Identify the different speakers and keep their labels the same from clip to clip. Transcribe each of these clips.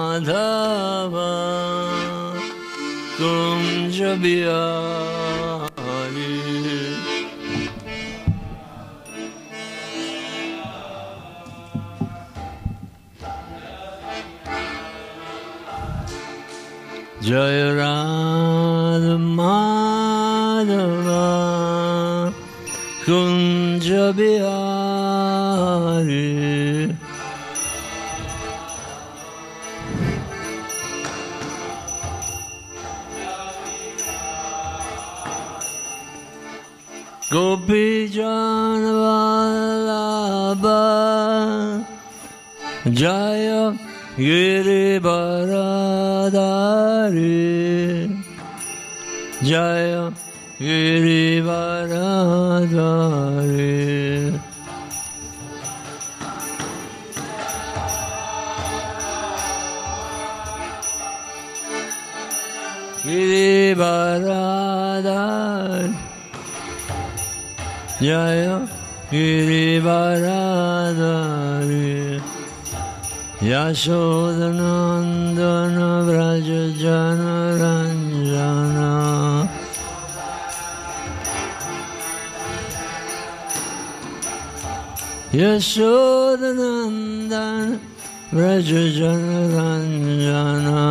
Speaker 1: Madhava Kunja Bihari Jaya Radha Madhava Kunja Bihari Gopi Jana Vallabha Jaya Girivaradhari Jaya Girivaradhari Girivaradhari Jaya Girivaradhari Yashodanandana Vraja Jana Ranjana Yashodanandana Vraja Jana Ranjana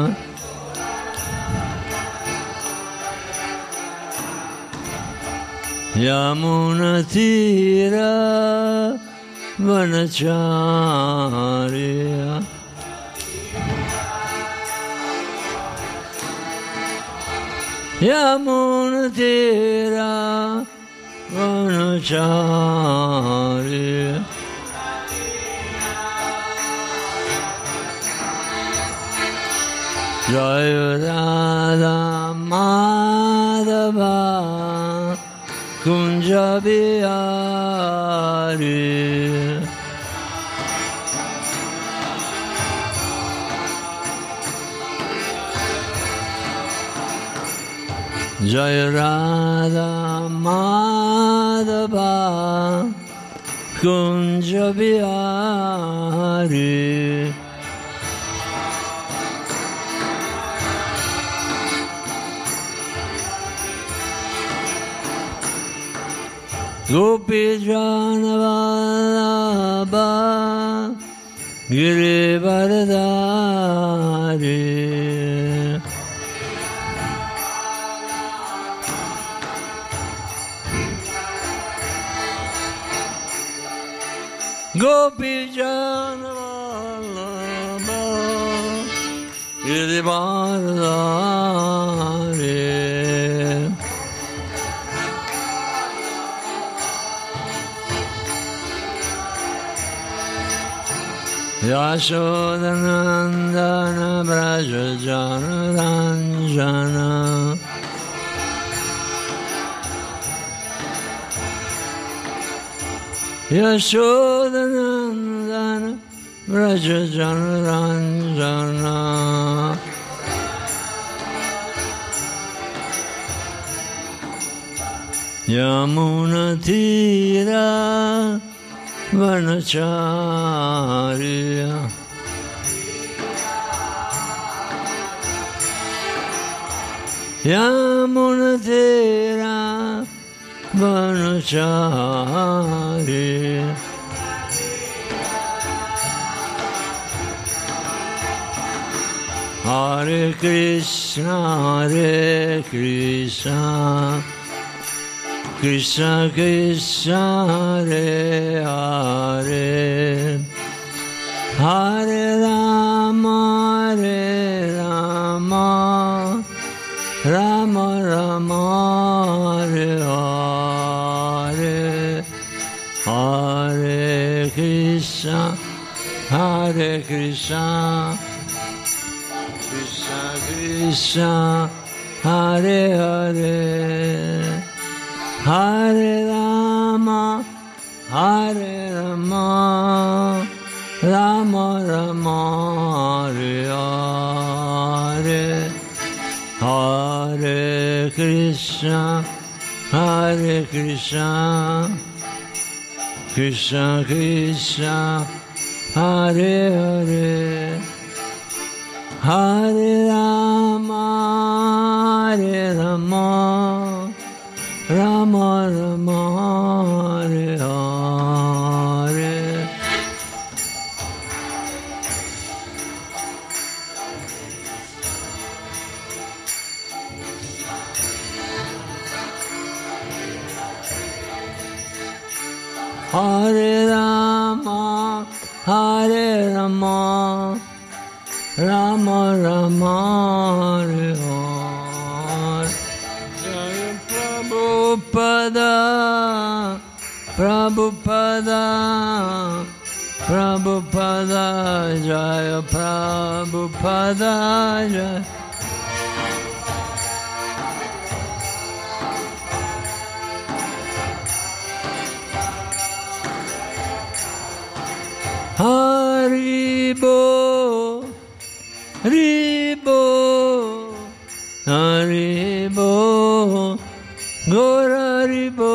Speaker 1: Yamuna Tira Vanacharya Yamuna Tira Vanacharya Jaya Radha Madhava Kunja Bihari Jaya Radha Madhava Kunja Bihari Gopi Jana Vallabha Girivaradhari Gopi Jana Vallabha Girivaradhari Yashodanandana Vraja Jana Ranjana Yashodanandana Vraja Jana Ranjana Yamuna Tira Vanacharya Yamuna Tira Vanacharya Hare Krishna Krishna Krishna Hare Hare Hare Rama Rama Rama Hare Hare Hare Krishna Krishna Krishna Hare Hare Hare Rama Rama Rama Hare Hare Hare Krishna Krishna Krishna Hare Hare Hare Rama, Hare Rama, Rama Rama, Hare Hare. Hare Rama, Hare Rama, Rama Rama, Hare Hare. Jaya Prabhupada, Prabhupada, Prabhupada, Jaya Prabhupada, Jaya. Haribo, Ribo, Haribo, Gora Ribo.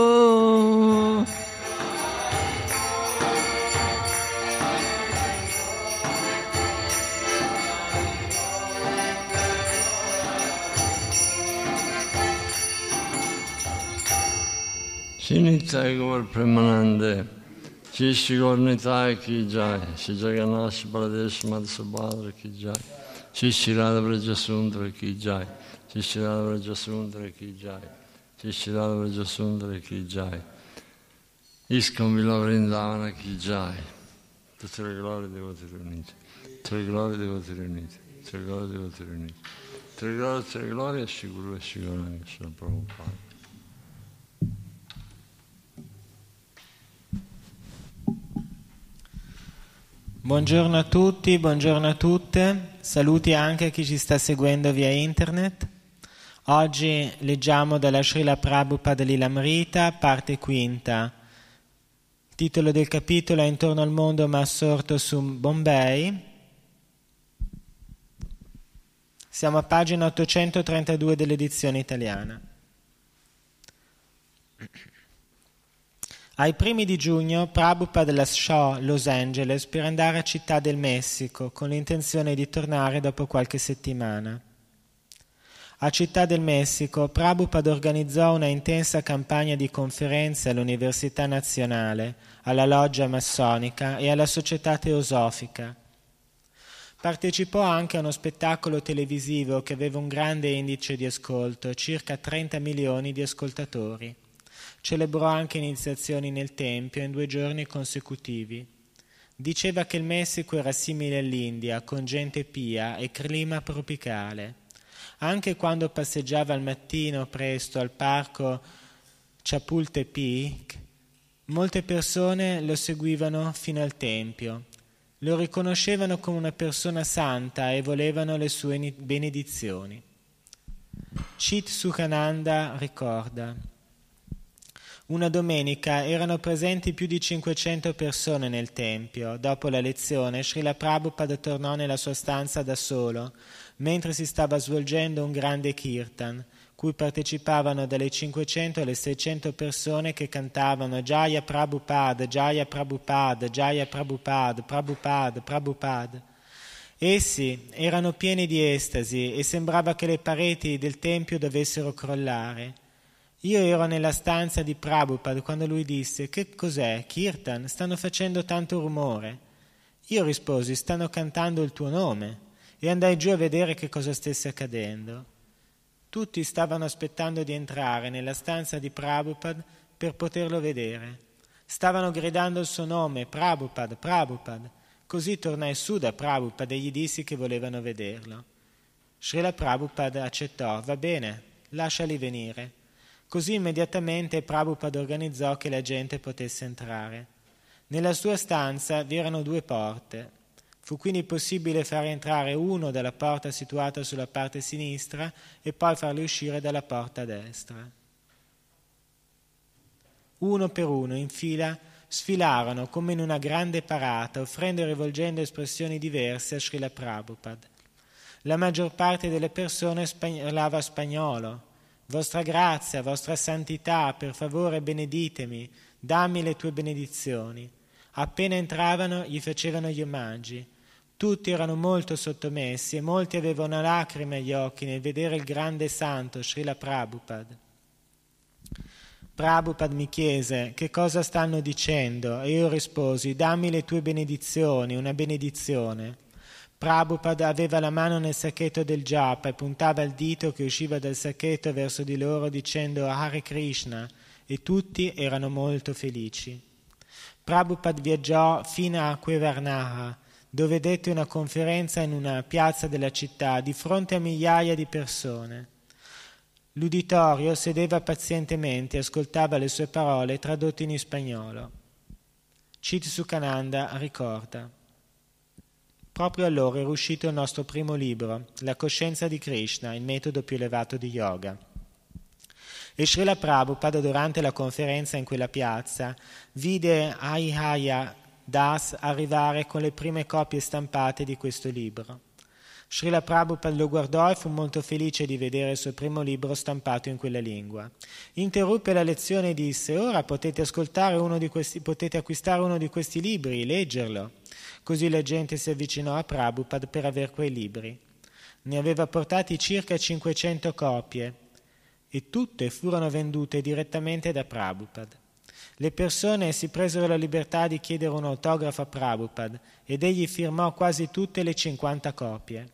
Speaker 1: Shinitsa Gaur Premanande, Shishi Gaur Nitai Ki Jai, Shri Jagannath Baladesh Madhya Subhadra Ki Jai, Shishi Radha Vraja Sundara Ki Jai, Shishi Radha Vraja Sundara Ki Jai, Shishi Radha Vraja Sundara Ki Jai, ISKCON Villa Vrindavana Ki Jai, tutte le glorie devoti riunite, tutte le glorie devoti riunite, tutte le glorie devoti riunite, tutte le glorie a Shri Guru e Shri Gauranga, Shri Prabhupada.
Speaker 2: Buongiorno a tutti, buongiorno a tutte, saluti anche a chi ci sta seguendo via internet. Oggi leggiamo dalla Srila Prabhupada Lilamrita, parte quinta. Il titolo del capitolo è Intorno al mondo ma assorto su Bombay. Siamo a pagina 832 dell'edizione italiana. Ai primi di giugno Prabhupada lasciò Los Angeles per andare a Città del Messico con l'intenzione di tornare dopo qualche settimana. A Città del Messico Prabhupada organizzò una intensa campagna di conferenze all'Università Nazionale, alla Loggia Massonica e alla Società Teosofica. Partecipò anche a uno spettacolo televisivo che aveva un grande indice di ascolto, circa 30 milioni di ascoltatori. Celebrò anche iniziazioni nel Tempio in 2 giorni consecutivi. Diceva che il Messico era simile all'India, con gente pia e clima tropicale. Anche quando passeggiava al mattino presto al parco Chapultepec, molte persone lo seguivano fino al Tempio. Lo riconoscevano come una persona santa e volevano le sue benedizioni. Chit Sukhananda ricorda: una domenica erano presenti più di 500 persone nel tempio. Dopo la lezione, Srila Prabhupada tornò nella sua stanza da solo, mentre si stava svolgendo un grande kirtan, cui partecipavano dalle 500 alle 600 persone che cantavano Jaya Prabhupada, Jaya Prabhupada, Jaya Prabhupada, Prabhupada, Prabhupada. Essi erano pieni di estasi e sembrava che le pareti del tempio dovessero crollare. Io ero nella stanza di Prabhupada quando lui disse: «Che cos'è? Kirtan? Stanno facendo tanto rumore». Io risposi: «Stanno cantando il tuo nome», e andai giù a vedere che cosa stesse accadendo. Tutti stavano aspettando di entrare nella stanza di Prabhupada per poterlo vedere. Stavano gridando il suo nome: «Prabhupada, Prabhupada». Così tornai su da Prabhupada e gli dissi che volevano vederlo. Srila Prabhupada accettò: «Va bene, lasciali venire». Così immediatamente Prabhupada organizzò che la gente potesse entrare. Nella sua stanza vi erano 2 porte. Fu quindi possibile fare entrare uno dalla porta situata sulla parte sinistra e poi farli uscire dalla porta destra. Uno per uno, in fila, sfilarono come in una grande parata, offrendo e rivolgendo espressioni diverse a Srila Prabhupada. La maggior parte delle persone parlava spagnolo. «Vostra grazia, vostra santità, per favore beneditemi, dammi le tue benedizioni». Appena entravano gli facevano gli omaggi. Tutti erano molto sottomessi e molti avevano lacrime agli occhi nel vedere il grande santo Srila Prabhupada. Prabhupada mi chiese: che cosa stanno dicendo? E io risposi: dammi le tue benedizioni, una benedizione. Prabhupada aveva la mano nel sacchetto del japa e puntava il dito che usciva dal sacchetto verso di loro dicendo Hare Krishna, e tutti erano molto felici. Prabhupada viaggiò fino a Kevarnaha, dove dette una conferenza in una piazza della città di fronte a migliaia di persone. L'uditorio sedeva pazientemente e ascoltava le sue parole tradotte in spagnolo. Chitsukananda ricorda: proprio allora era uscito il nostro primo libro, La coscienza di Krishna, il metodo più elevato di yoga. E Srila Prabhupada, durante la conferenza in quella piazza, vide Ayahya Das arrivare con le prime copie stampate di questo libro. Srila Prabhupada lo guardò e fu molto felice di vedere il suo primo libro stampato in quella lingua. Interruppe la lezione e disse: ora potete acquistare uno di questi libri, leggerlo. Così la gente si avvicinò a Prabhupada per aver quei libri. Ne aveva portati circa 500 copie e tutte furono vendute direttamente da Prabhupada. Le persone si presero la libertà di chiedere un autografo a Prabhupada ed egli firmò quasi tutte le 50 copie.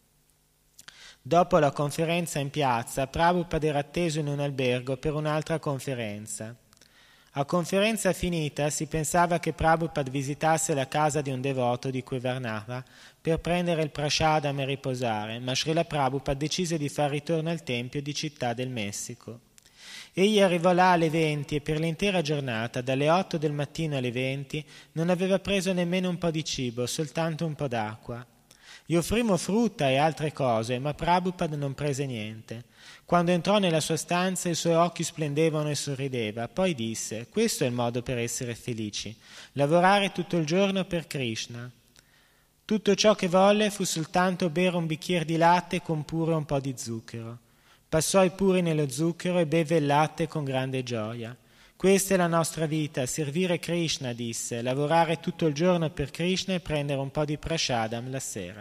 Speaker 2: Dopo la conferenza in piazza, Prabhupada era atteso in un albergo per un'altra conferenza. A conferenza finita si pensava che Prabhupada visitasse la casa di un devoto di Kevarnaha per prendere il prashadam e riposare, ma Srila Prabhupada decise di far ritorno al tempio di Città del Messico. Egli arrivò là alle 20 e per l'intera giornata, dalle 8 del mattino alle 20, non aveva preso nemmeno un po' di cibo, soltanto un po' d'acqua. Gli offrimmo frutta e altre cose, ma Prabhupada non prese niente. Quando entrò nella sua stanza, i suoi occhi splendevano e sorrideva. Poi disse: questo è il modo per essere felici, lavorare tutto il giorno per Krishna. Tutto ciò che volle fu soltanto bere un bicchiere di latte con pure un po' di zucchero. Passò i puri nello zucchero e beve il latte con grande gioia. Questa è la nostra vita, servire Krishna, disse, lavorare tutto il giorno per Krishna e prendere un po' di prashadam la sera.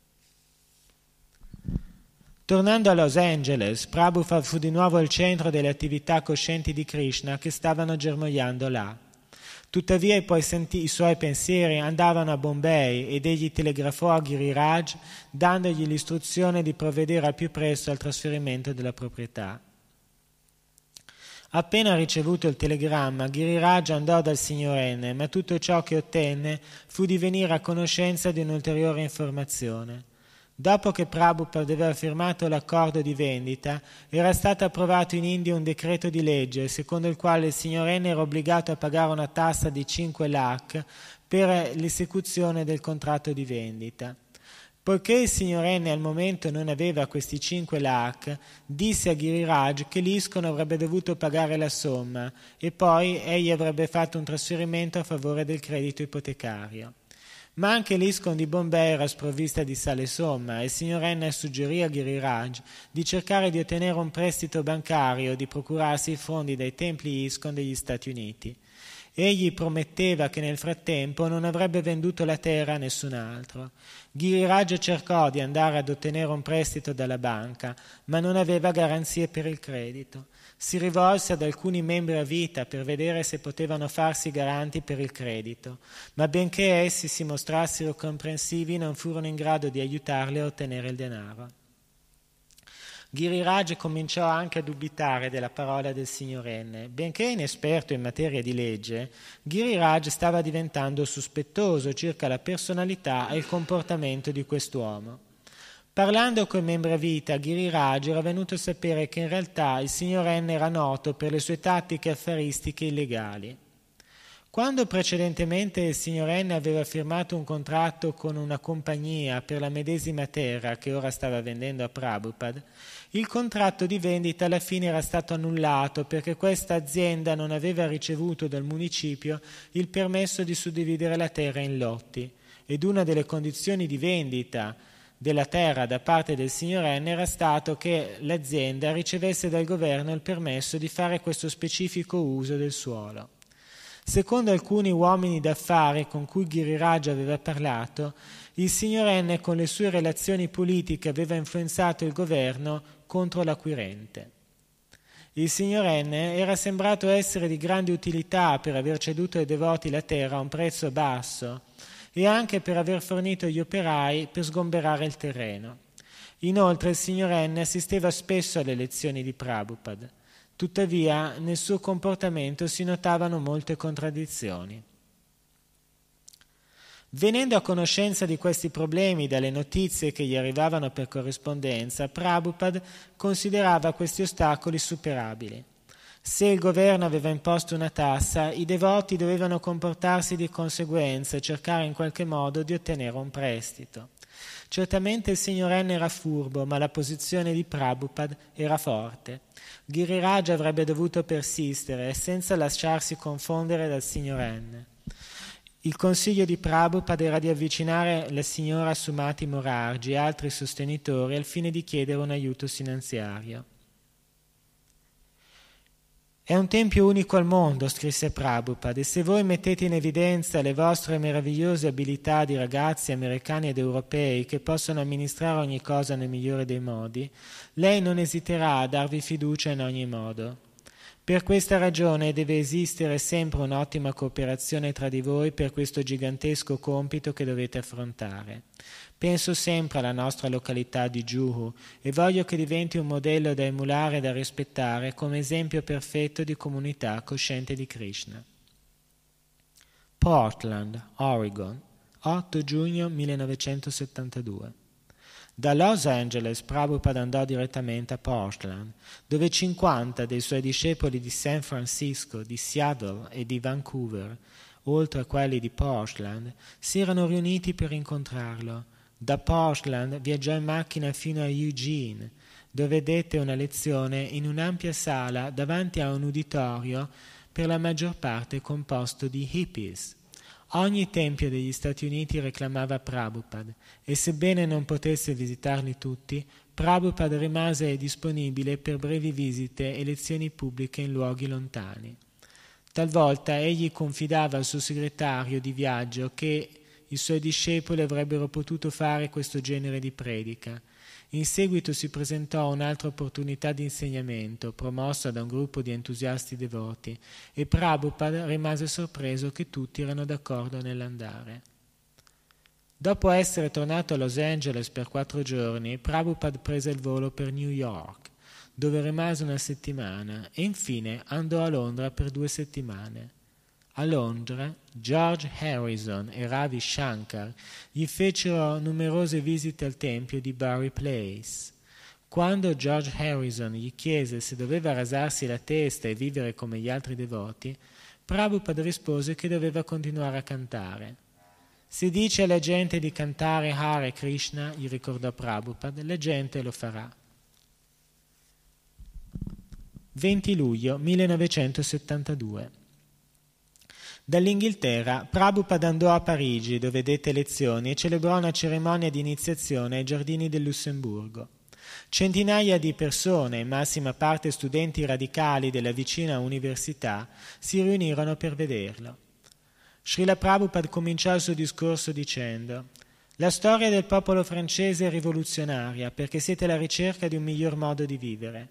Speaker 2: Tornando a Los Angeles, Prabhupada fu di nuovo al centro delle attività coscienti di Krishna che stavano germogliando là. Tuttavia i suoi pensieri andavano a Bombay ed egli telegrafò a Giriraj dandogli l'istruzione di provvedere al più presto al trasferimento della proprietà. Appena ricevuto il telegramma, Giriraj andò dal signor N, ma tutto ciò che ottenne fu di venire a conoscenza di un'ulteriore informazione. Dopo che Prabhupada aveva firmato l'accordo di vendita, era stato approvato in India un decreto di legge secondo il quale il signor N era obbligato a pagare una tassa di 5 lakh per l'esecuzione del contratto di vendita. Poiché il signor N al momento non aveva questi 5 lakh, disse a Giriraj che l'ISKCON avrebbe dovuto pagare la somma e poi egli avrebbe fatto un trasferimento a favore del credito ipotecario. Ma anche l'ISKCON di Bombay era sprovvista di tale somma e il signor N suggerì a Giriraj di cercare di ottenere un prestito bancario e di procurarsi i fondi dai templi ISKCON degli Stati Uniti. Egli prometteva che nel frattempo non avrebbe venduto la terra a nessun altro. Giriraj cercò di andare ad ottenere un prestito dalla banca, ma non aveva garanzie per il credito. Si rivolse ad alcuni membri a vita per vedere se potevano farsi garanti per il credito, ma benché essi si mostrassero comprensivi non furono in grado di aiutarli a ottenere il denaro. Giriraj cominciò anche a dubitare della parola del signor N. Benché inesperto in materia di legge, Giriraj stava diventando sospettoso circa la personalità e il comportamento di quest'uomo. Parlando coi membri a vita, Giriraj era venuto a sapere che in realtà il signor N era noto per le sue tattiche affaristiche illegali. Quando precedentemente il signor N aveva firmato un contratto con una compagnia per la medesima terra che ora stava vendendo a Prabhupada, il contratto di vendita alla fine era stato annullato perché questa azienda non aveva ricevuto dal municipio il permesso di suddividere la terra in lotti ed una delle condizioni di vendita della terra da parte del signor N era stato che l'azienda ricevesse dal governo il permesso di fare questo specifico uso del suolo. Secondo alcuni uomini d'affari con cui Giriraja aveva parlato, il signor N con le sue relazioni politiche aveva influenzato il governo contro l'acquirente. Il signor N era sembrato essere di grande utilità per aver ceduto ai devoti la terra a un prezzo basso e anche per aver fornito gli operai per sgomberare il terreno. Inoltre il signor N assisteva spesso alle lezioni di Prabhupada. Tuttavia, nel suo comportamento si notavano molte contraddizioni. Venendo a conoscenza di questi problemi dalle notizie che gli arrivavano per corrispondenza, Prabhupada considerava questi ostacoli superabili. Se il governo aveva imposto una tassa, i devoti dovevano comportarsi di conseguenza e cercare in qualche modo di ottenere un prestito. Certamente il signor N era furbo, ma la posizione di Prabhupada era forte. Giriraja avrebbe dovuto persistere senza lasciarsi confondere dal signor N. Il consiglio di Prabhupada era di avvicinare la signora Sumati Morarji e altri sostenitori al fine di chiedere un aiuto finanziario. È un tempio unico al mondo, scrisse Prabhupada, e se voi mettete in evidenza le vostre meravigliose abilità di ragazzi americani ed europei che possono amministrare ogni cosa nel migliore dei modi, lei non esiterà a darvi fiducia in ogni modo. Per questa ragione deve esistere sempre un'ottima cooperazione tra di voi per questo gigantesco compito che dovete affrontare. Penso sempre alla nostra località di Juhu e voglio che diventi un modello da emulare e da rispettare come esempio perfetto di comunità cosciente di Krishna. Portland, Oregon, 8 giugno 1972. Da Los Angeles Prabhupada andò direttamente a Portland, dove 50 dei suoi discepoli di San Francisco, di Seattle e di Vancouver, oltre a quelli di Portland, si erano riuniti per incontrarlo. Da Portland viaggiò in macchina fino a Eugene, dove dette una lezione in un'ampia sala davanti a un uditorio per la maggior parte composto di hippies. Ogni tempio degli Stati Uniti reclamava Prabhupada e sebbene non potesse visitarli tutti, Prabhupada rimase disponibile per brevi visite e lezioni pubbliche in luoghi lontani. Talvolta egli confidava al suo segretario di viaggio che i suoi discepoli avrebbero potuto fare questo genere di predica. In seguito si presentò un'altra opportunità di insegnamento, promossa da un gruppo di entusiasti devoti, e Prabhupada rimase sorpreso che tutti erano d'accordo nell'andare. Dopo essere tornato a Los Angeles per 4 giorni, Prabhupada prese il volo per New York, dove rimase una settimana, e infine andò a Londra per 2 settimane. A Londra, George Harrison e Ravi Shankar gli fecero numerose visite al tempio di Barry Place. Quando George Harrison gli chiese se doveva rasarsi la testa e vivere come gli altri devoti, Prabhupada rispose che doveva continuare a cantare. Se dice alla gente di cantare Hare Krishna, gli ricordò Prabhupada, la gente lo farà. 20 luglio 1972. Dall'Inghilterra Prabhupada andò a Parigi, dove dette lezioni e celebrò una cerimonia di iniziazione ai giardini del Lussemburgo. Centinaia di persone, in massima parte studenti radicali della vicina università, si riunirono per vederlo. Srila Prabhupada cominciò il suo discorso dicendo: «La storia del popolo francese è rivoluzionaria perché siete alla ricerca di un miglior modo di vivere».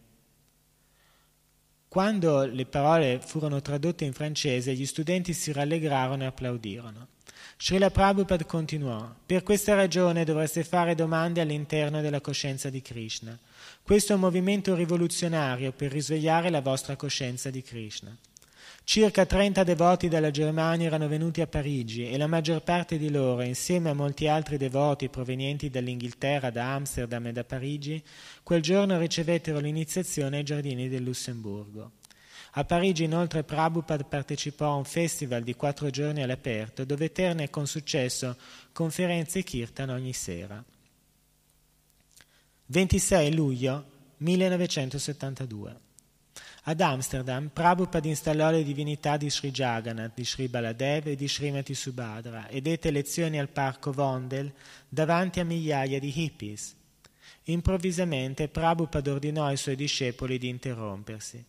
Speaker 2: Quando le parole furono tradotte in francese, gli studenti si rallegrarono e applaudirono. Srila Prabhupada continuò: «Per questa ragione dovreste fare domande all'interno della coscienza di Krishna. Questo è un movimento rivoluzionario per risvegliare la vostra coscienza di Krishna». Circa 30 devoti dalla Germania erano venuti a Parigi e la maggior parte di loro, insieme a molti altri devoti provenienti dall'Inghilterra, da Amsterdam e da Parigi, quel giorno ricevettero l'iniziazione ai giardini del Lussemburgo. A Parigi inoltre Prabhupada partecipò a un festival di 4 giorni all'aperto dove tenne con successo conferenze e kirtan ogni sera. 26 luglio 1972. Ad Amsterdam Prabhupada installò le divinità di Sri Jagannath, di Sri Baladev e di Srimati Subhadra e dette lezioni al parco Vondel davanti a migliaia di hippies. Improvvisamente Prabhupada ordinò ai suoi discepoli di interrompersi.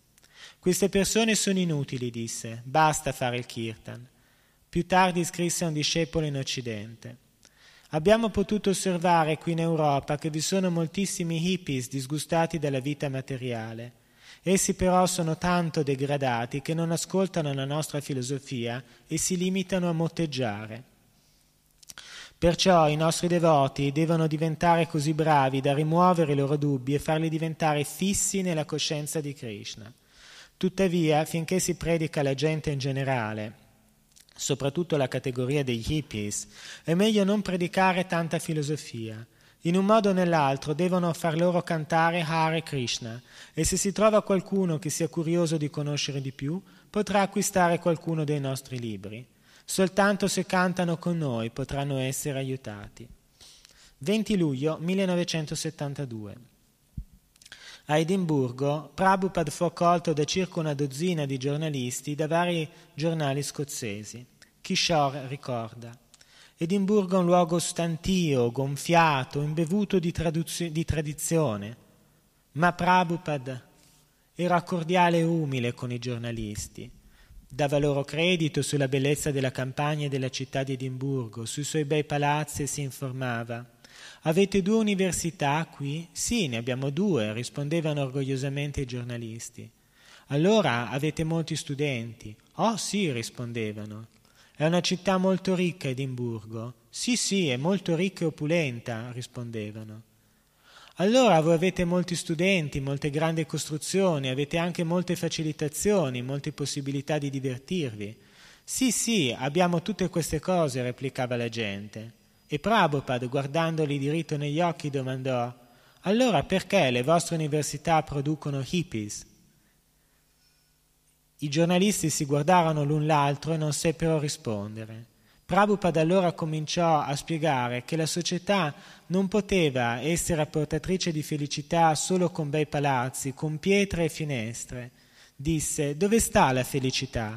Speaker 2: Queste persone sono inutili, disse, basta fare il kirtan. Più tardi scrisse a un discepolo in Occidente. Abbiamo potuto osservare qui in Europa che vi sono moltissimi hippies disgustati dalla vita materiale. Essi però sono tanto degradati che non ascoltano la nostra filosofia e si limitano a motteggiare. Perciò i nostri devoti devono diventare così bravi da rimuovere i loro dubbi e farli diventare fissi nella coscienza di Krishna. Tuttavia, finché si predica alla gente in generale, soprattutto la categoria degli hippies, è meglio non predicare tanta filosofia. In un modo o nell'altro devono far loro cantare Hare Krishna e se si trova qualcuno che sia curioso di conoscere di più, potrà acquistare qualcuno dei nostri libri. Soltanto se cantano con noi potranno essere aiutati. 20 luglio 1972. A Edimburgo, Prabhupada fu accolto da circa una dozzina di giornalisti da vari giornali scozzesi. Kishore ricorda. Edimburgo è un luogo stantio, gonfiato, imbevuto di tradizione. Ma Prabhupada era cordiale e umile con i giornalisti. Dava loro credito sulla bellezza della campagna e della città di Edimburgo, sui suoi bei palazzi e si informava. Avete 2 università qui? Sì, ne abbiamo 2, rispondevano orgogliosamente i giornalisti. Allora avete molti studenti? Oh sì, rispondevano. È una città molto ricca Edimburgo? Sì, è molto ricca e opulenta, rispondevano. Allora voi avete molti studenti, molte grandi costruzioni, avete anche molte facilitazioni, molte possibilità di divertirvi. Sì, abbiamo tutte queste cose, replicava la gente. E Prabhupada, guardandoli diritto negli occhi, domandò: allora perché le vostre università producono hippies? I giornalisti si guardarono l'un l'altro e non seppero rispondere. Prabhupada allora cominciò a spiegare che la società non poteva essere portatrice di felicità solo con bei palazzi, con pietre e finestre. Disse: dove sta la felicità?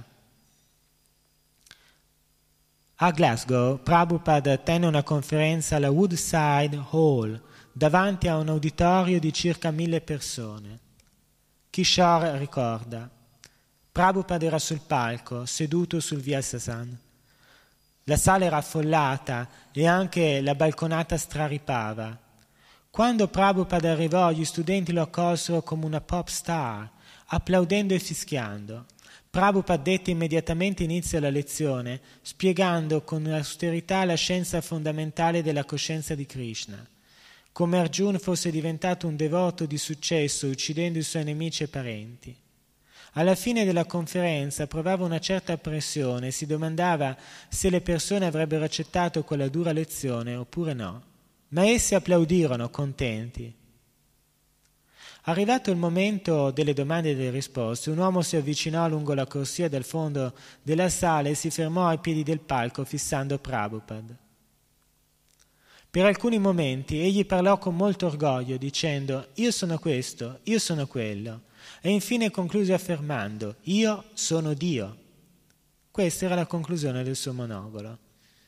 Speaker 2: A Glasgow, Prabhupada tenne una conferenza alla Woodside Hall, davanti a un uditorio di circa 1000 persone. Kishore ricorda. Prabhupada era sul palco, seduto sul Vyasasan. La sala era affollata e anche la balconata straripava. Quando Prabhupada arrivò, gli studenti lo accolsero come una pop star, applaudendo e fischiando. Prabhupada dette immediatamente inizio alla lezione, spiegando con austerità la scienza fondamentale della coscienza di Krishna. Come Arjuna fosse diventato un devoto di successo, uccidendo i suoi nemici e parenti. Alla fine della conferenza provava una certa pressione e si domandava se le persone avrebbero accettato quella dura lezione oppure no. Ma essi applaudirono, contenti. Arrivato il momento delle domande e delle risposte, un uomo si avvicinò lungo la corsia del fondo della sala e si fermò ai piedi del palco fissando Prabhupada. Per alcuni momenti egli parlò con molto orgoglio dicendo: io sono questo, io sono quello, e infine concluse affermando: io sono Dio. Questa era la conclusione del suo monologo.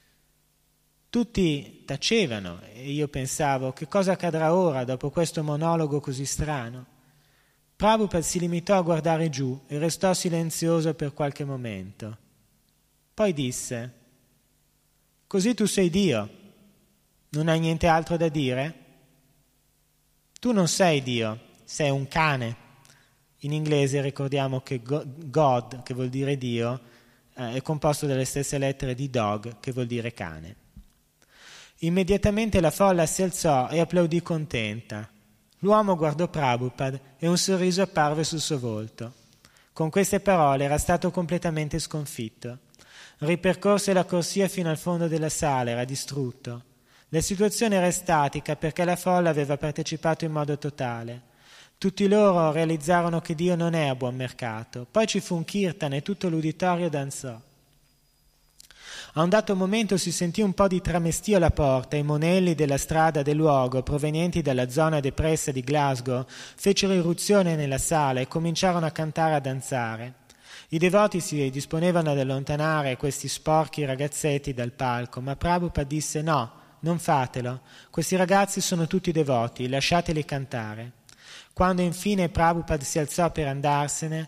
Speaker 2: Tutti tacevano e io pensavo: che cosa accadrà ora dopo questo monologo così strano? Prabhupada si limitò a guardare giù e restò silenzioso per qualche momento. Poi disse: così tu sei Dio, non hai niente altro da dire? Tu non sei Dio, sei un cane. In inglese ricordiamo che God, che vuol dire Dio, è composto dalle stesse lettere di dog, che vuol dire cane. Immediatamente la folla si alzò e applaudì contenta. L'uomo guardò Prabhupada e un sorriso apparve sul suo volto. Con queste parole era stato completamente sconfitto. Ripercorse la corsia fino al fondo della sala, era distrutto. La situazione era statica perché la folla aveva partecipato in modo totale. Tutti loro realizzarono che Dio non è a buon mercato. Poi ci fu un kirtan e tutto l'uditorio danzò. A un dato momento si sentì un po' di tramestio alla porta e i monelli della strada del luogo, provenienti dalla zona depressa di Glasgow, fecero irruzione nella sala e cominciarono a cantare e a danzare. I devoti si disponevano ad allontanare questi sporchi ragazzetti dal palco, ma Prabhupada disse: no, non fatelo, questi ragazzi sono tutti devoti, lasciateli cantare. Quando infine Prabhupada si alzò per andarsene,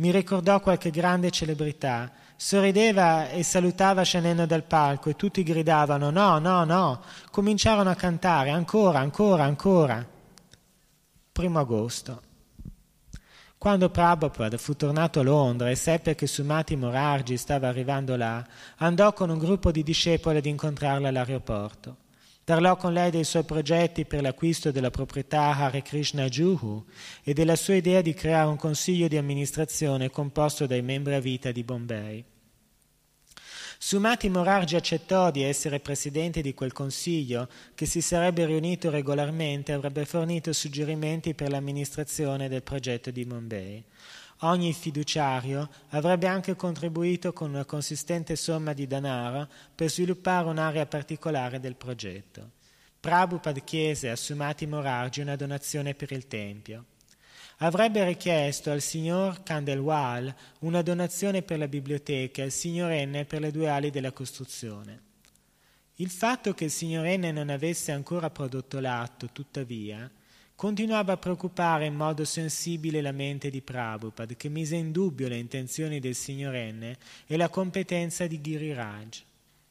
Speaker 2: Mi ricordò qualche grande celebrità. Sorrideva e salutava scendendo dal palco e tutti gridavano no, no, no. Cominciarono a cantare ancora, ancora, ancora. 1 agosto. Quando Prabhupada fu tornato a Londra e seppe che Sumati Morarji stava arrivando là, andò con un gruppo di discepoli ad incontrarla all'aeroporto. Parlò con lei dei suoi progetti per l'acquisto della proprietà Hare Krishna Juhu e della sua idea di creare un consiglio di amministrazione composto dai membri a vita di Bombay. Sumati Morarji accettò di essere presidente di quel consiglio, che si sarebbe riunito regolarmente e avrebbe fornito suggerimenti per l'amministrazione del progetto di Bombay. Ogni fiduciario avrebbe anche contribuito con una consistente somma di denaro per sviluppare un'area particolare del progetto. Prabhupada chiese a Sumati Morarji una donazione per il tempio. Avrebbe richiesto al signor Khandelwal una donazione per la biblioteca e al signor N per le 2 ali della costruzione. Il fatto che il signor N non avesse ancora prodotto l'atto, tuttavia, continuava a preoccupare in modo sensibile la mente di Prabhupada, che mise in dubbio le intenzioni del signor N e la competenza di Giriraj.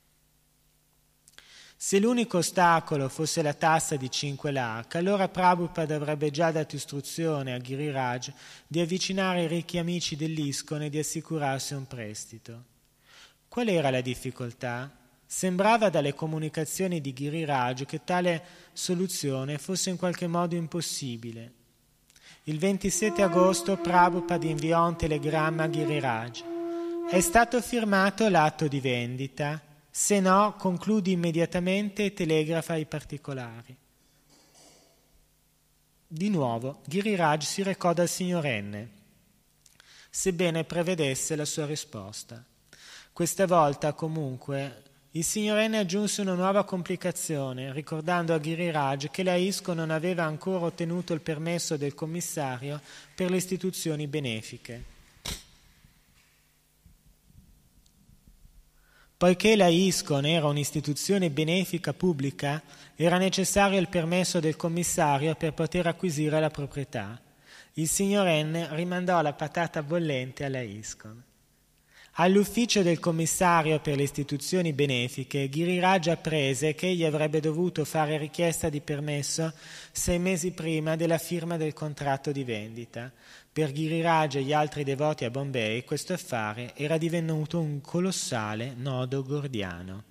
Speaker 2: Se l'unico ostacolo fosse la tassa di 5 lakh, allora Prabhupada avrebbe già dato istruzione a Giriraj di avvicinare i ricchi amici dell'ISKCON e di assicurarsi un prestito. Qual era la difficoltà? Sembrava dalle comunicazioni di Giriraj che tale soluzione fosse in qualche modo impossibile. Il 27 agosto Prabhupada inviò un telegramma a Giriraj. È stato firmato l'atto di vendita. Se no, concludi immediatamente e telegrafa i particolari. Di nuovo, Giriraj si recò dal signor N, sebbene prevedesse la sua risposta. Questa volta, comunque, il signor N aggiunse una nuova complicazione, ricordando a Giriraj che la ISKCON non aveva ancora ottenuto il permesso del commissario per le istituzioni benefiche. Poiché la ISKCON era un'istituzione benefica pubblica, era necessario il permesso del commissario per poter acquisire la proprietà. Il signor N rimandò la patata bollente alla ISKCON. All'ufficio del commissario per le istituzioni benefiche, Giriraj apprese che egli avrebbe dovuto fare richiesta di permesso 6 mesi prima della firma del contratto di vendita. Per Giriraj e gli altri devoti a Bombay questo affare era divenuto un colossale nodo gordiano.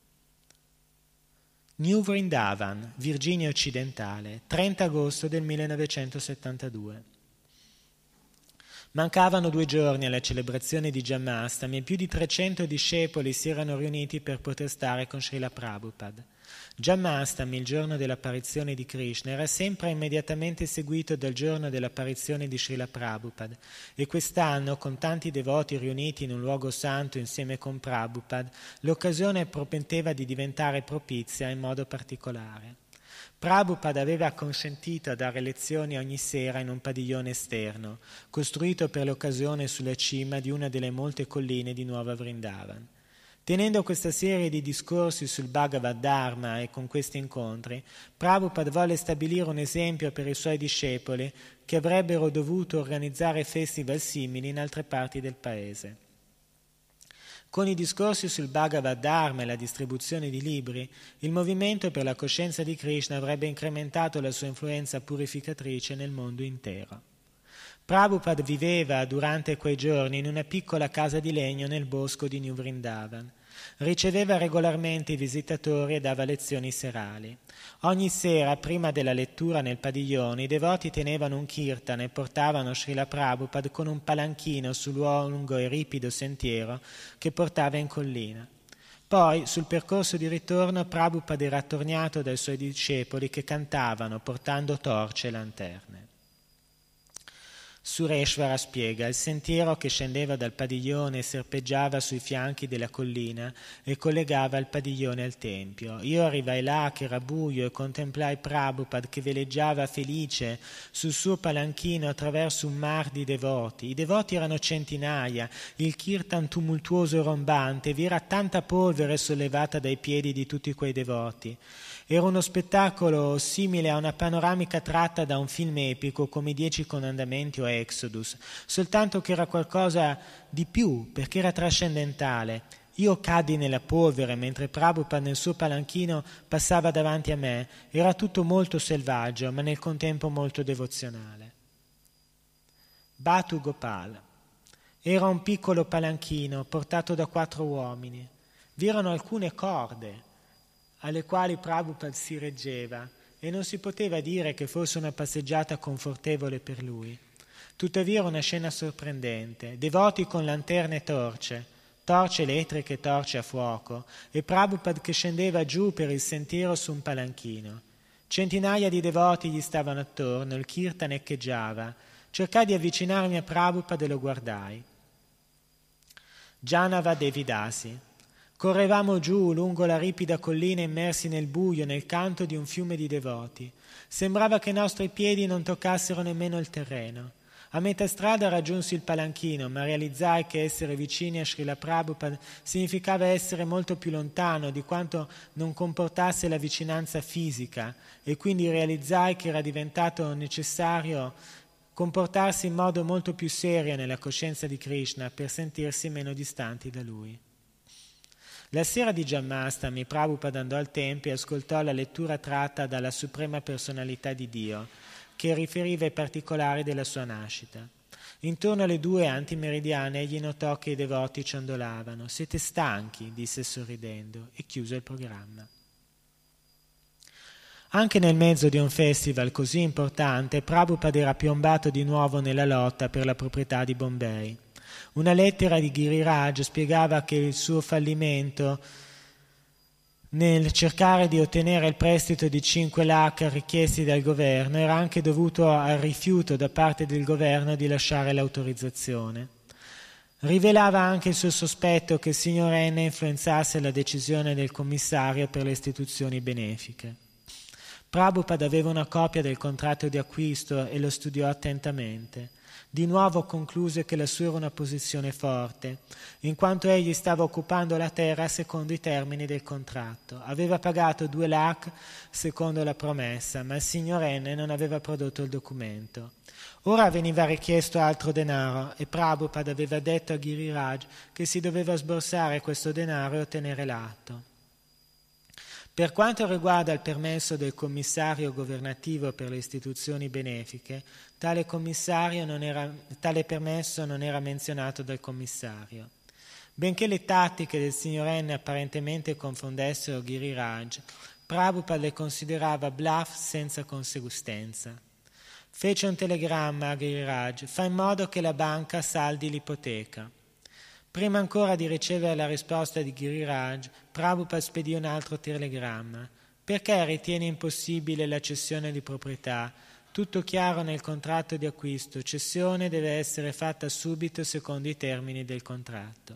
Speaker 2: New Vrindavan, Virginia occidentale, 30 agosto del 1972. Mancavano 2 giorni alla celebrazione di Janmashtami e più di 300 discepoli si erano riuniti per poter stare con Srila Prabhupada. Janmashtami, il giorno dell'apparizione di Krishna, era sempre immediatamente seguito dal giorno dell'apparizione di Srila Prabhupada e quest'anno, con tanti devoti riuniti in un luogo santo insieme con Prabhupada, l'occasione prometteva di diventare propizia in modo particolare. Prabhupada aveva consentito a dare lezioni ogni sera in un padiglione esterno, costruito per l'occasione sulla cima di una delle molte colline di Nuova Vrindavan. Tenendo questa serie di discorsi sul Bhagavad Dharma e con questi incontri, Prabhupada volle stabilire un esempio per i suoi discepoli che avrebbero dovuto organizzare festival simili in altre parti del paese. Con i discorsi sul Bhagavad Dharma e la distribuzione di libri, il movimento per la coscienza di Krishna avrebbe incrementato la sua influenza purificatrice nel mondo intero. Prabhupada viveva durante quei giorni in una piccola casa di legno nel bosco di New Vrindavan. Riceveva regolarmente i visitatori e dava lezioni serali. Ogni sera, prima della lettura nel padiglione, i devoti tenevano un kirtan e portavano Srila Prabhupada con un palanchino sul lungo e ripido sentiero che portava in collina. Poi, sul percorso di ritorno, Prabhupada era attorniato dai suoi discepoli che cantavano portando torce e lanterne. Sureshwara spiega: il sentiero che scendeva dal padiglione serpeggiava sui fianchi della collina e collegava il padiglione al tempio. Io arrivai là che era buio e contemplai Prabhupada che veleggiava felice sul suo palanchino attraverso un mar di devoti. I devoti erano centinaia, il kirtan tumultuoso e rombante, vi era tanta polvere sollevata dai piedi di tutti quei devoti. Era uno spettacolo simile a una panoramica tratta da un film epico come i 10 Comandamenti o Exodus, soltanto che era qualcosa di più, perché era trascendentale. Io caddi nella polvere mentre Prabhupada nel suo palanchino passava davanti a me. Era tutto molto selvaggio, ma nel contempo molto devozionale. Batu Gopal. Era un piccolo palanchino portato da 4 uomini. Vi erano alcune corde alle quali Prabhupada si reggeva e non si poteva dire che fosse una passeggiata confortevole per lui. Tuttavia era una scena sorprendente. Devoti con lanterne e torce elettriche e torce a fuoco, e Prabhupada che scendeva giù per il sentiero su un palanchino. Centinaia di devoti gli stavano attorno, il kirtan echeggiava. Cercai di avvicinarmi a Prabhupada e lo guardai. Janava Devidasi. Correvamo giù lungo la ripida collina immersi nel buio, nel canto di un fiume di devoti. Sembrava che i nostri piedi non toccassero nemmeno il terreno. A metà strada raggiunsi il palanchino, ma realizzai che essere vicini a Srila Prabhupada significava essere molto più lontano di quanto non comportasse la vicinanza fisica, e quindi realizzai che era diventato necessario comportarsi in modo molto più serio nella coscienza di Krishna per sentirsi meno distanti da lui. La sera di Janmastami Prabhupada andò al tempio e ascoltò la lettura tratta dalla Suprema Personalità di Dio, che riferiva i particolari della sua nascita. Intorno alle 2 antimeridiane egli notò che i devoti ciondolavano. «Siete stanchi?» disse sorridendo, e chiuse il programma. Anche nel mezzo di un festival così importante, Prabhupada era piombato di nuovo nella lotta per la proprietà di Bombay. Una lettera di Giriraj spiegava che il suo fallimento nel cercare di ottenere il prestito di 5 lakh richiesti dal governo era anche dovuto al rifiuto da parte del governo di lasciare l'autorizzazione. Rivelava anche il suo sospetto che il signor N influenzasse la decisione del commissario per le istituzioni benefiche. Prabhupada aveva una copia del contratto di acquisto e lo studiò attentamente. Di nuovo concluse che la sua era una posizione forte, in quanto egli stava occupando la terra secondo i termini del contratto. Aveva pagato 2 lakh secondo la promessa, ma il signor N non aveva prodotto il documento. Ora veniva richiesto altro denaro e Prabhupada aveva detto a Giriraj che si doveva sborsare questo denaro e ottenere l'atto. Per quanto riguarda il permesso del commissario governativo per le istituzioni benefiche, tale permesso non era menzionato dal commissario. Benché le tattiche del signor N apparentemente confondessero Giriraj, Prabhupada le considerava bluff senza consistenza. Fece un telegramma a Giriraj: «Fa in modo che la banca saldi l'ipoteca». Prima ancora di ricevere la risposta di Giriraj, Prabhupada spedì un altro telegramma. «Perché ritieni impossibile la cessione di proprietà? Tutto chiaro nel contratto di acquisto. Cessione deve essere fatta subito secondo i termini del contratto».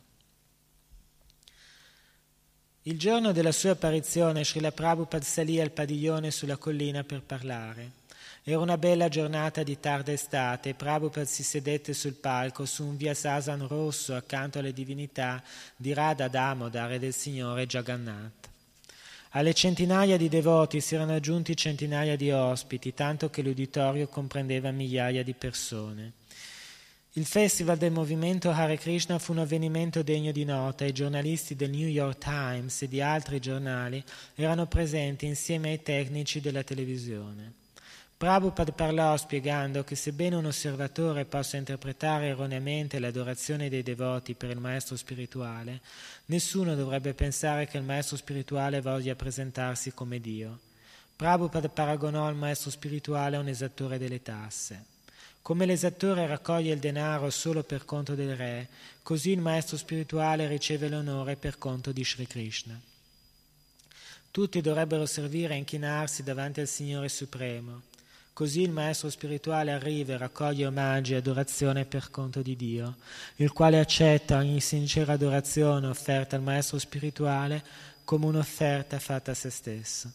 Speaker 2: Il giorno della sua apparizione, Srila Prabhupada salì al padiglione sulla collina per parlare. Era una bella giornata di tarda estate e Prabhupada si sedette sul palco su un Vyasasan rosso accanto alle divinità di Radha Damodar e del Signore Jagannath. Alle centinaia di devoti si erano aggiunti centinaia di ospiti, tanto che l'uditorio comprendeva migliaia di persone. Il festival del movimento Hare Krishna fu un avvenimento degno di nota e i giornalisti del New York Times e di altri giornali erano presenti insieme ai tecnici della televisione. Prabhupada parlò spiegando che sebbene un osservatore possa interpretare erroneamente l'adorazione dei devoti per il maestro spirituale, nessuno dovrebbe pensare che il maestro spirituale voglia presentarsi come Dio. Prabhupada paragonò il maestro spirituale a un esattore delle tasse. Come l'esattore raccoglie il denaro solo per conto del re, così il maestro spirituale riceve l'onore per conto di Sri Krishna. Tutti dovrebbero servire e inchinarsi davanti al Signore Supremo. Così il maestro spirituale arriva e raccoglie omaggi e adorazione per conto di Dio, il quale accetta ogni sincera adorazione offerta al maestro spirituale come un'offerta fatta a se stesso.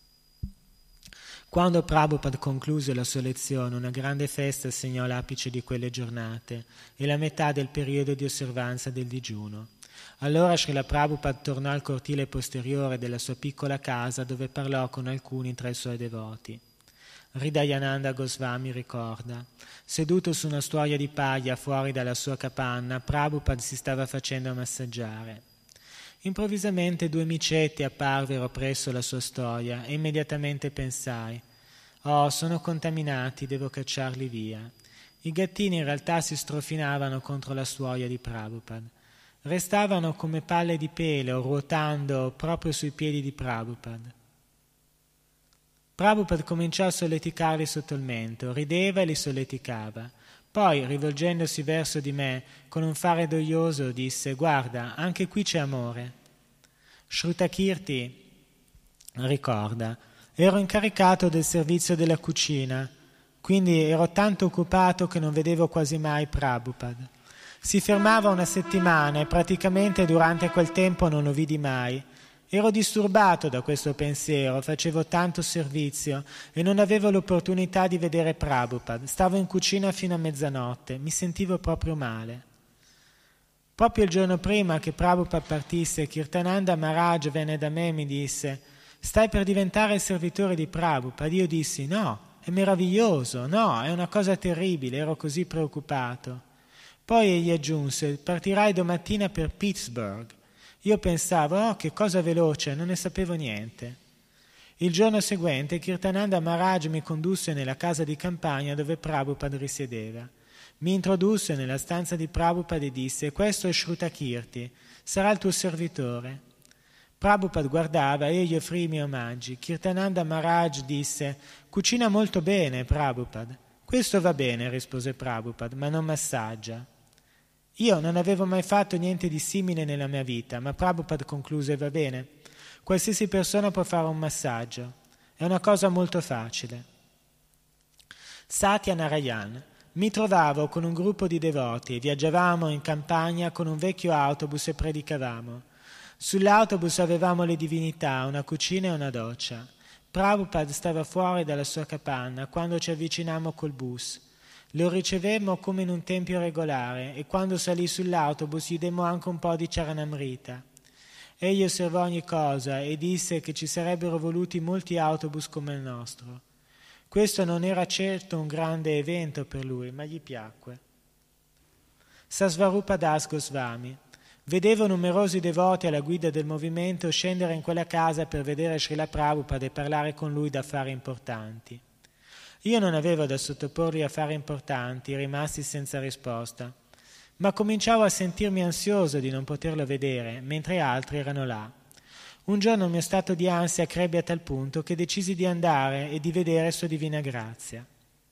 Speaker 2: Quando Prabhupada concluse la sua lezione, una grande festa segnò l'apice di quelle giornate e la metà del periodo di osservanza del digiuno. Allora Srila Prabhupada tornò al cortile posteriore della sua piccola casa dove parlò con alcuni tra i suoi devoti. Hridayananda Goswami ricorda: seduto su una stuoia di paglia fuori dalla sua capanna, Prabhupada si stava facendo massaggiare. Improvvisamente 2 micetti apparvero presso la sua stuoia e immediatamente pensai: oh, sono contaminati, devo cacciarli via. I gattini in realtà si strofinavano contro la stuoia di Prabhupada. Restavano come palle di pelo ruotando proprio sui piedi di Prabhupada. Prabhupada cominciò a solleticarli sotto il mento, rideva e li solleticava. Poi, rivolgendosi verso di me, con un fare doglioso, disse: guarda, anche qui c'è amore. Shrutakirti ricorda: ero incaricato del servizio della cucina, quindi ero tanto occupato che non vedevo quasi mai Prabhupada. Si fermava una settimana e praticamente durante quel tempo non lo vidi mai. Ero disturbato da questo pensiero, facevo tanto servizio e non avevo l'opportunità di vedere Prabhupada. Stavo in cucina fino a mezzanotte, mi sentivo proprio male. Proprio il giorno prima che Prabhupada partisse, Kirtananda Maharaj venne da me e mi disse: stai per diventare il servitore di Prabhupada? Io dissi: no, è meraviglioso, no, è una cosa terribile, ero così preoccupato. Poi egli aggiunse: partirai domattina per Pittsburgh. Io pensavo: oh, che cosa veloce, non ne sapevo niente. Il giorno seguente Kirtananda Maharaj mi condusse nella casa di campagna dove Prabhupada risiedeva. Mi introdusse nella stanza di Prabhupada e disse: questo è Shrutakirti, sarà il tuo servitore. Prabhupada guardava e io gli offrii i miei omaggi. Kirtananda Maharaj disse: cucina molto bene, Prabhupada. Questo va bene, rispose Prabhupada, ma non massaggia. Io non avevo mai fatto niente di simile nella mia vita, ma Prabhupada concluse: va bene, qualsiasi persona può fare un massaggio, è una cosa molto facile. Satya Narayan: mi trovavo con un gruppo di devoti e viaggiavamo in campagna con un vecchio autobus e predicavamo. Sull'autobus avevamo le divinità, una cucina e una doccia. Prabhupada stava fuori dalla sua capanna quando ci avvicinammo col bus. Lo ricevemmo come in un tempio regolare e quando salì sull'autobus gli demmo anche un po' di Charanamrita. Egli osservò ogni cosa e disse che ci sarebbero voluti molti autobus come il nostro. Questo non era certo un grande evento per lui, ma gli piacque. Sasvarupa Das Goswami: vedevo numerosi devoti alla guida del movimento scendere in quella casa per vedere Srila Prabhupada e parlare con lui d'affari importanti. Io non avevo da sottoporli affari importanti, rimasti senza risposta, ma cominciavo a sentirmi ansioso di non poterlo vedere, mentre altri erano là. Un giorno il mio stato di ansia crebbe a tal punto che decisi di andare e di vedere Sua Divina Grazia.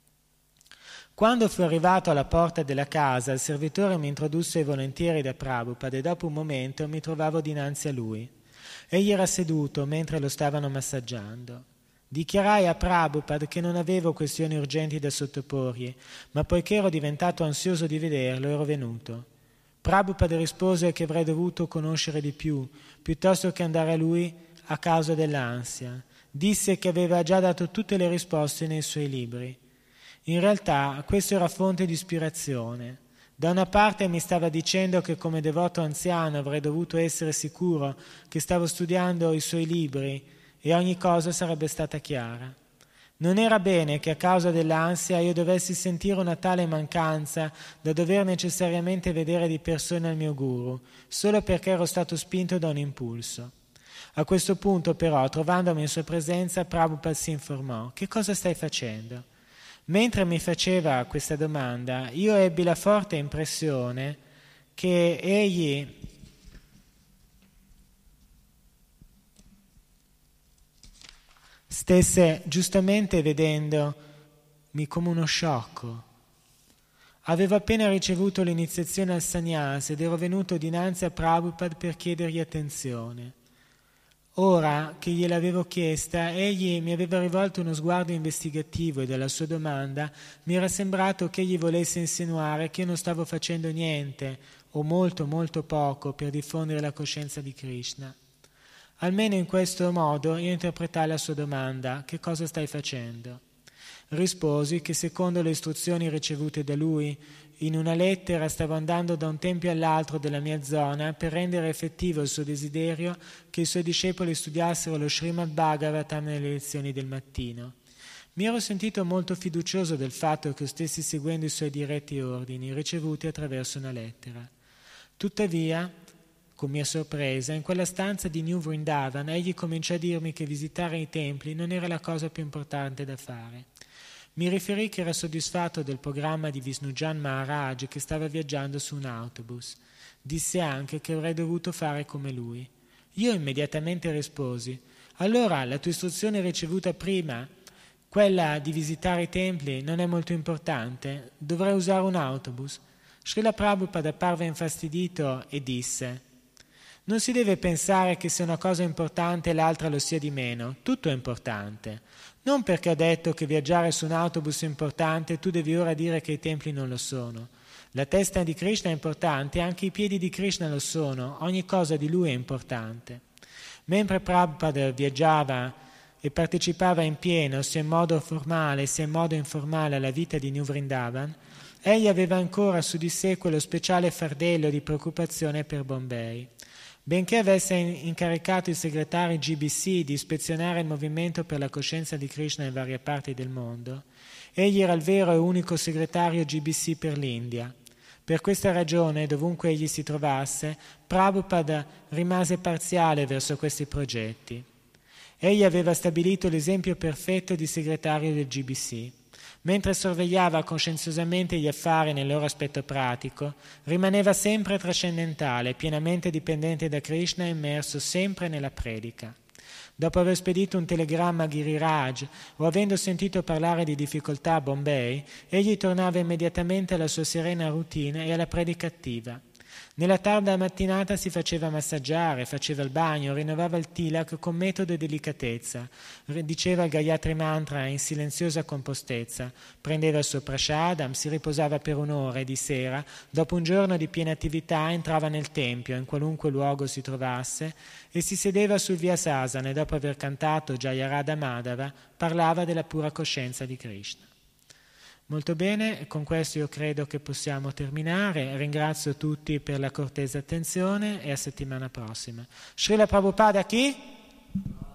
Speaker 2: Quando fu arrivato alla porta della casa, il servitore mi introdusse volentieri da Prabhupada e dopo un momento mi trovavo dinanzi a lui. Egli era seduto mentre lo stavano massaggiando. Dichiarai a Prabhupada che non avevo questioni urgenti da sottoporgli, ma poiché ero diventato ansioso di vederlo, ero venuto. Prabhupada rispose che avrei dovuto conoscere di più, piuttosto che andare a lui a causa dell'ansia. Disse che aveva già dato tutte le risposte nei suoi libri. In realtà questo era fonte di ispirazione. Da una parte mi stava dicendo che come devoto anziano avrei dovuto essere sicuro che stavo studiando i suoi libri e ogni cosa sarebbe stata chiara. Non era bene che a causa dell'ansia io dovessi sentire una tale mancanza da dover necessariamente vedere di persona il mio guru, solo perché ero stato spinto da un impulso. A questo punto però, trovandomi in sua presenza, Prabhupada si informò: che cosa stai facendo? Mentre mi faceva questa domanda, io ebbi la forte impressione che egli stesse giustamente vedendomi come uno sciocco. Avevo appena ricevuto l'iniziazione al sannyasa ed ero venuto dinanzi a Prabhupada per chiedergli attenzione. Ora che gliel'avevo chiesta, egli mi aveva rivolto uno sguardo investigativo e dalla sua domanda mi era sembrato che egli volesse insinuare che io non stavo facendo niente o molto molto poco per diffondere la coscienza di Krishna. Almeno in questo modo io interpretai la sua domanda: che cosa stai facendo? Risposi che secondo le istruzioni ricevute da lui in una lettera: stavo andando da un tempio all'altro della mia zona per rendere effettivo il suo desiderio che i suoi discepoli studiassero lo Srimad Bhagavatam nelle lezioni del mattino. Mi ero sentito molto fiducioso del fatto che stessi seguendo i suoi diretti ordini ricevuti attraverso una lettera. Tuttavia, con mia sorpresa, in quella stanza di New Vrindavan egli cominciò a dirmi che visitare i templi non era la cosa più importante da fare. Mi riferì che era soddisfatto del programma di Vishnujan Maharaj, che stava viaggiando su un autobus. Disse anche che avrei dovuto fare come lui. Io immediatamente risposi: allora la tua istruzione ricevuta prima, quella di visitare i templi, non è molto importante? Dovrei usare un autobus? Srila Prabhupada parve infastidito e disse: non si deve pensare che se una cosa è importante l'altra lo sia di meno, tutto è importante. Non perché ho detto che viaggiare su un autobus è importante, tu devi ora dire che i templi non lo sono. La testa di Krishna è importante, anche i piedi di Krishna lo sono, ogni cosa di lui è importante. Mentre Prabhupada viaggiava e partecipava in pieno, sia in modo formale sia in modo informale, alla vita di New Vrindavan, egli aveva ancora su di sé quello speciale fardello di preoccupazione per Bombay. Benché avesse incaricato i segretari GBC di ispezionare il movimento per la coscienza di Krishna in varie parti del mondo, egli era il vero e unico segretario GBC per l'India. Per questa ragione, dovunque egli si trovasse, Prabhupada rimase parziale verso questi progetti. Egli aveva stabilito l'esempio perfetto di segretario del GBC. Mentre sorvegliava coscienziosamente gli affari nel loro aspetto pratico, rimaneva sempre trascendentale, pienamente dipendente da Krishna e immerso sempre nella predica. Dopo aver spedito un telegramma a Giriraj o avendo sentito parlare di difficoltà a Bombay, egli tornava immediatamente alla sua serena routine e alla predica attiva. Nella tarda mattinata si faceva massaggiare, faceva il bagno, rinnovava il tilak con metodo e delicatezza, diceva il Gayatri Mantra in silenziosa compostezza, prendeva il suo prashadam, si riposava per un'ora e di sera, dopo un giorno di piena attività, entrava nel tempio, in qualunque luogo si trovasse, e si sedeva sul Vyasasana e dopo aver cantato Jaya Radha Madhava parlava della pura coscienza di Krishna. Molto bene, con questo io credo che possiamo terminare. Ringrazio tutti per la cortese attenzione e a settimana prossima. Srila Prabhupada chi?